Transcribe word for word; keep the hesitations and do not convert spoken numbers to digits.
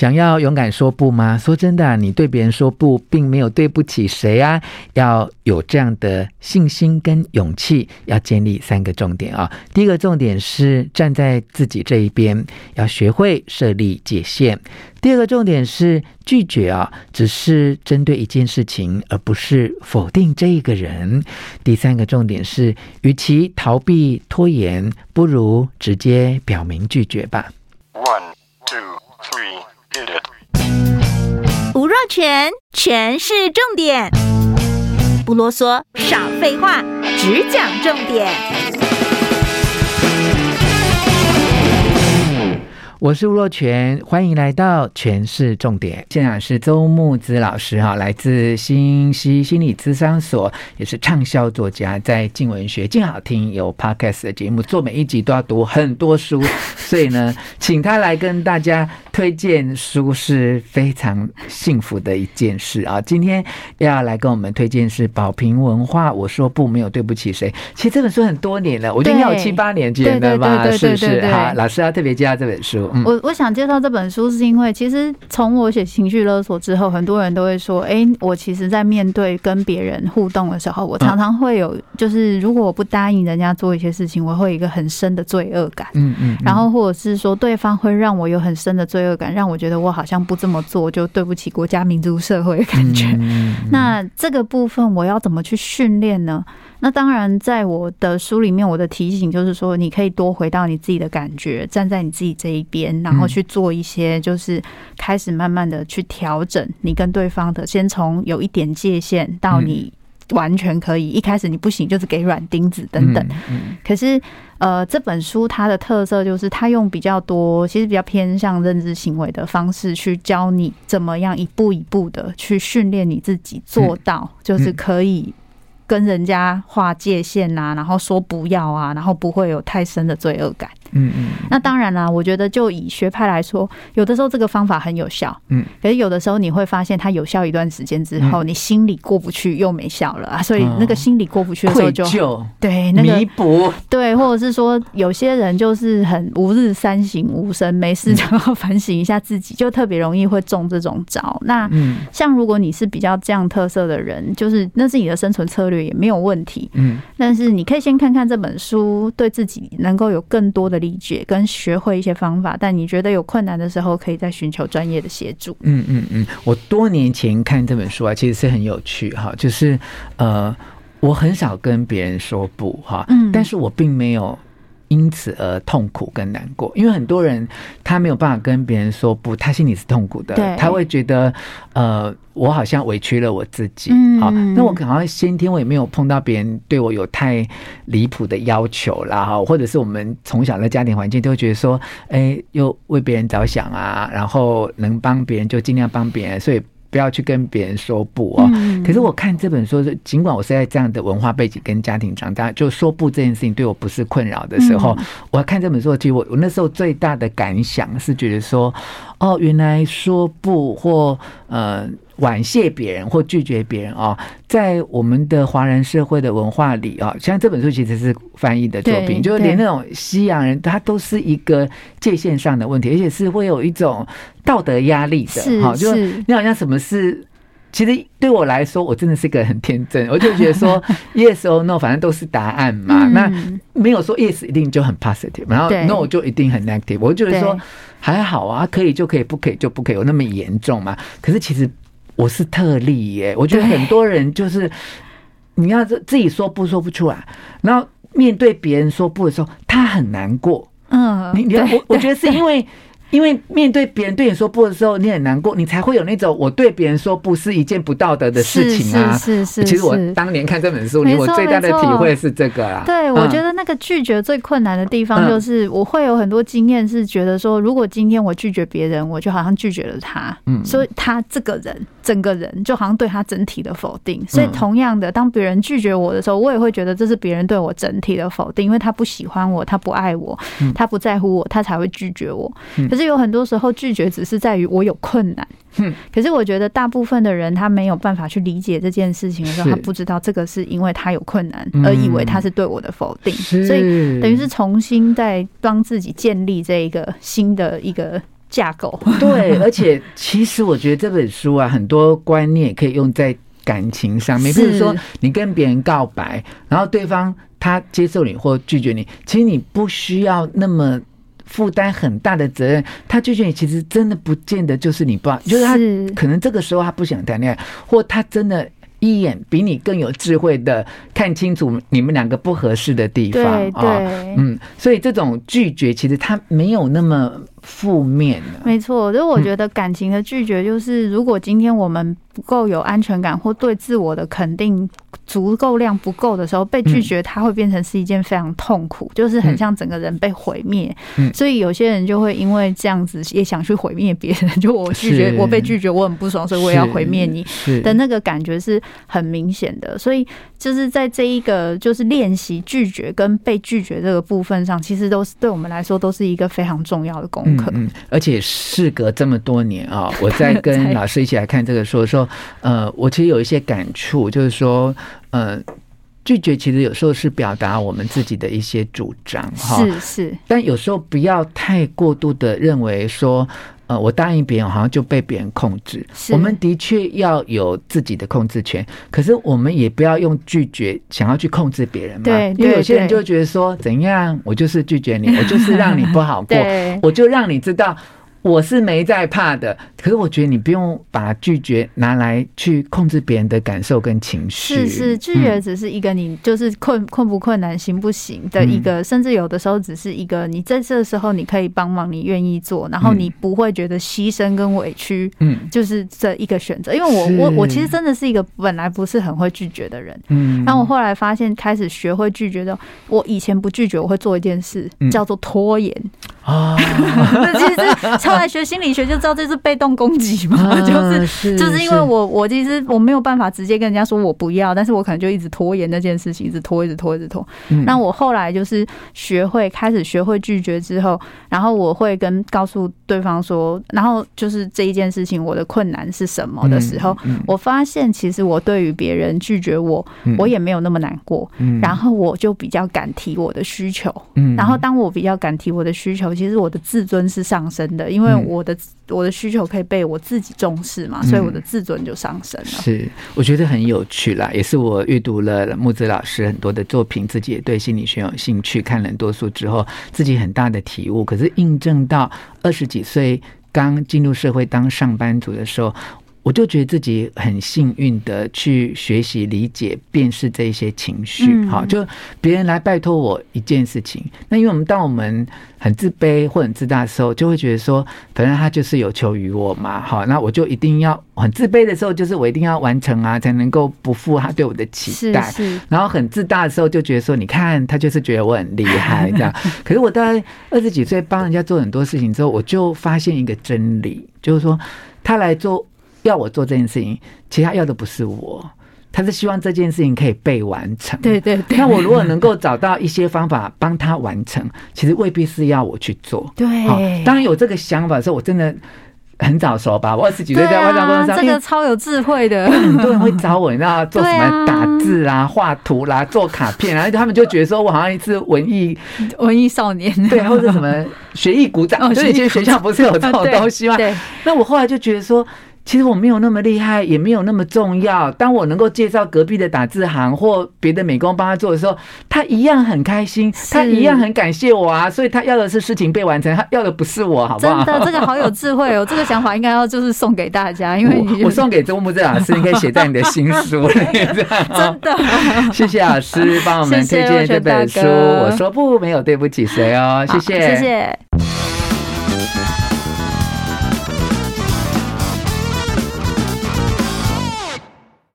想要勇敢说不吗？说真的、啊、你对别人说不并没有对不起谁啊，要有这样的信心跟勇气，要建立三个重点啊。第一个重点是站在自己这一边，要学会设立界限。第二个重点是拒绝啊，只是针对一件事情，而不是否定这一个人。第三个重点是，与其逃避拖延，不如直接表明拒绝吧。 One, two, three, hit it. 吴若权，权是重点，不啰嗦，少废话，只讲重点。 我是吴若权，欢迎来到权式重点。现场是周慕姿老师哈，来自新溪心理咨商所，也是畅销作家，在静文学静好听有 podcast 的节目，做每一集都要读很多书，所以呢，请他来跟大家推荐书是非常幸福的一件事啊。今天要来跟我们推荐是宝瓶文化，我说不，没有对不起谁。其实这本书很多年了，我觉得应该有七八年前了吧，是不是？好，老师要特别介绍这本书。 我我想介绍这本书是因为其实从我写情绪勒索之后，很多人都会说哎、欸，我其实在面对跟别人互动的时候，我常常会有就是如果我不答应人家做一些事情，我会有一个很深的罪恶感。嗯嗯，然后或者是说对方会让我有很深的罪恶感，让我觉得我好像不这么做就对不起国家民族社会的感觉。那这个部分我要怎么去训练呢？那当然在我的书里面，我的提醒就是说你可以多回到你自己的感觉，站在你自己这一边，然后去做一些就是开始慢慢的去调整你跟对方的，先从有一点界限到你完全可以一开始你不行就是给软钉子等等。可是呃，这本书它的特色就是它用比较多其实比较偏向认知行为的方式去教你怎么样一步一步的去训练你自己做到就是可以跟人家划界限啊，然后说不要啊，然后不会有太深的罪恶感。嗯嗯。那当然啦，我觉得就以学派来说，有的时候这个方法很有效，嗯，可是有的时候你会发现它有效一段时间之后，嗯、你心里过不去又没效了啊，所以那个心里过不去的时候就、哦、对那个弥补， 对，或者是说有些人就是很吾日三省吾身，没事就要反省一下自己，就特别容易会中这种招。那像如果你是比较这样特色的人，就是那是你的生存策略也没有问题，嗯，但是你可以先看看这本书，对自己能够有更多的理解跟学会一些方法，但你觉得有困难的时候，可以再寻求专业的协助。 嗯嗯嗯，我多年前看这本书啊，其实是很有趣哈，就是呃，我很少跟别人说不哈，嗯，但是我并没有因此而痛苦跟难过，因为很多人他没有办法跟别人说不，他心里是痛苦的，他会觉得呃，我好像委屈了我自己。好、嗯，那我可能先天我也没有碰到别人对我有太离谱的要求啦，哈，或者是我们从小的家庭环境都会觉得说，哎、欸，又为别人着想啊，然后能帮别人就尽量帮别人，所以不要去跟别人说不哦、嗯。可是我看这本书，尽管我是在这样的文化背景跟家庭长大，就说不这件事情对我不是困扰的时候，嗯、我看这本书，其实我我那时候最大的感想是觉得说，哦，原来说不或呃婉谢别人或拒绝别人哦，在我们的华人社会的文化里啊，像这本书其实是翻译的作品，就是连那种西洋人，他都是一个界限上的问题，而且是会有一种道德压力的， 是就你好像什么事。其实对我来说，我真的是个很天真，我就觉得说 yes or no 反正都是答案嘛，嗯、那没有说 yes 一定就很 positive， 然后 no 就一定很 negative， 我就觉得说还好啊，可以就可以，不可以就不可以，有那么严重嘛？可是其实我是特例耶，我觉得很多人就是你要自己说不说不出来，然后面对别人说不的时候，他很难过。嗯，你你我我觉得是因为。因为面对别人对你说不的时候，你很难过，你才会有那种我对别人说不是一件不道德的事情啊。 是是 是, 是。 其实我当年看这本书里，我最大的体会是这个啦。 对， 嗯、 我觉得那个拒绝最困难的地方就是，我会有很多经验是觉得说，如果今天我拒绝别人，我就好像拒绝了他，嗯，所以他这个人整个人就好像对他整体的否定。所以同样的，当别人拒绝我的时候，我也会觉得这是别人对我整体的否定，因为他不喜欢我，他不爱我，他不在乎我，他才会拒绝我。可是有很多时候。拒绝只是在于我有困难，嗯，可是我觉得大部分的人他没有办法去理解这件事情的时候，他不知道这个是因为他有困难，而以为他是对我的否定，所以等于是重新再帮自己建立这一个新的一个架构。 对，而且其实我觉得这本书啊，很多观念可以用在感情上面，比如说你跟别人告白，然后对方他接受你或拒绝你，其实你不需要那么负担很大的责任，他拒绝你其实真的不见得就是你不好，就是他可能这个时候他不想谈恋爱，或他真的一眼比你更有智慧的看清楚你们两个不合适的地方。 对对、 哦，嗯，所以这种拒绝其实它没有那么负面的。 没错，就是我觉得感情的拒绝，就是如果今天我们不够有安全感，或对自我的肯定足够量不够的时候，被拒绝它会变成是一件非常痛苦，嗯、就是很像整个人被毁灭。嗯、所以有些人就会因为这样子也想去毁灭别人，就我拒绝，我被拒绝，我很不爽，所以我也要毁灭你的那个感觉是很明显的。所以就是在这一个就是练习拒绝跟被拒绝这个部分上，其实都是对我们来说都是一个非常重要的功课。 嗯嗯、而且事隔这么多年啊、哦，我在跟老师一起来看这个书的时候，呃，我其实有一些感触，就是说，呃，拒绝其实有时候是表达我们自己的一些主张，哈， 是是， 但有时候不要太过度的认为说。呃，我答应别人好像就被别人控制，我们的确要有自己的控制权，可是我们也不要用拒绝想要去控制别人嘛。 对， 因为有些人就会觉得说，怎样，我就是拒绝你，我就是让你不好过，我就让你知道。我是没在怕的，可是我觉得你不用把拒绝拿来去控制别人的感受跟情绪。 是是，拒绝只是一个你就是困困不困难、行不行的一个，嗯、甚至有的时候只是一个你在这时候你可以帮忙，你愿意做，然后你不会觉得牺牲跟委屈，嗯，就是这一个选择。因为我我我其实真的是一个本来不是很会拒绝的人，嗯，然后我后来发现开始学会拒绝的，我以前不拒绝，我会做一件事，嗯、叫做拖延。啊，那其实后来学心理学就知道这是被动攻击嘛，啊、就是, 是就是因为我我其实我没有办法直接跟人家说我不要，但是我可能就一直拖延那件事情，一直拖一直拖一直拖。嗯、那我后来就是学会开始学会拒绝之后，然后我会跟告诉对方说，然后就是这一件事情我的困难是什么的时候，嗯嗯、我发现其实我对于别人拒绝我，嗯、我也没有那么难过，嗯、然后我就比较敢提我的需求，嗯、然后当我比较敢提我的需求。其实我的自尊是上升的，因为我的、嗯、我的需求可以被我自己重视嘛，所以我的自尊就上升了。 是，我觉得很有趣啦，也是我阅读了木子老师很多的作品，自己也对心理学有兴趣，看了很多书之后，自己很大的体悟。可是印证到二十几岁刚进入社会当上班族的时候。我就觉得自己很幸运的去学习理解辨识这些情绪，好、嗯，就别人来拜托我一件事情，那因为我们当我们很自卑或很自大的时候，就会觉得说反正他就是有求于我嘛，好，那我就一定要很自卑的时候就是我一定要完成啊，才能够不负他对我的期待， 是是， 然后很自大的时候就觉得说你看他就是觉得我很厉害这样可是我大概二十几岁帮人家做很多事情之后，我就发现一个真理，就是说他来做要我做这件事情，其实他要的不是我，他是希望这件事情可以被完成。 对对对。 那我如果能够找到一些方法帮他完成，其实未必是要我去做。 对。 当然有这个想法的时候，我真的很早熟吧，我二十几岁在外商公司上， 这个超有智慧的。 很多人会找我，你知道做什么打字啦、画图啦、做卡片啦，他们就觉得说我好像是文艺文艺少年， 对，或者什么学艺鼓掌，所以其实学校不是有这种东西吗？对。那我后来就觉得说。其实我没有那么厉害，也没有那么重要。当我能够介绍隔壁的打字行或别的美工帮他做的时候，他一样很开心，他一样很感谢我啊。所以他要的是事情被完成，他要的不是我，好不好？ 真的，这个好有智慧哦！这个想法应该要就是送给大家，因为你、就是、 我, 我送给周木子老师，你可以写在你的新书里面。 真的， 谢谢老师帮我们推荐这本书。谢谢我说不，没有对不起谁哦，谢谢， 谢谢。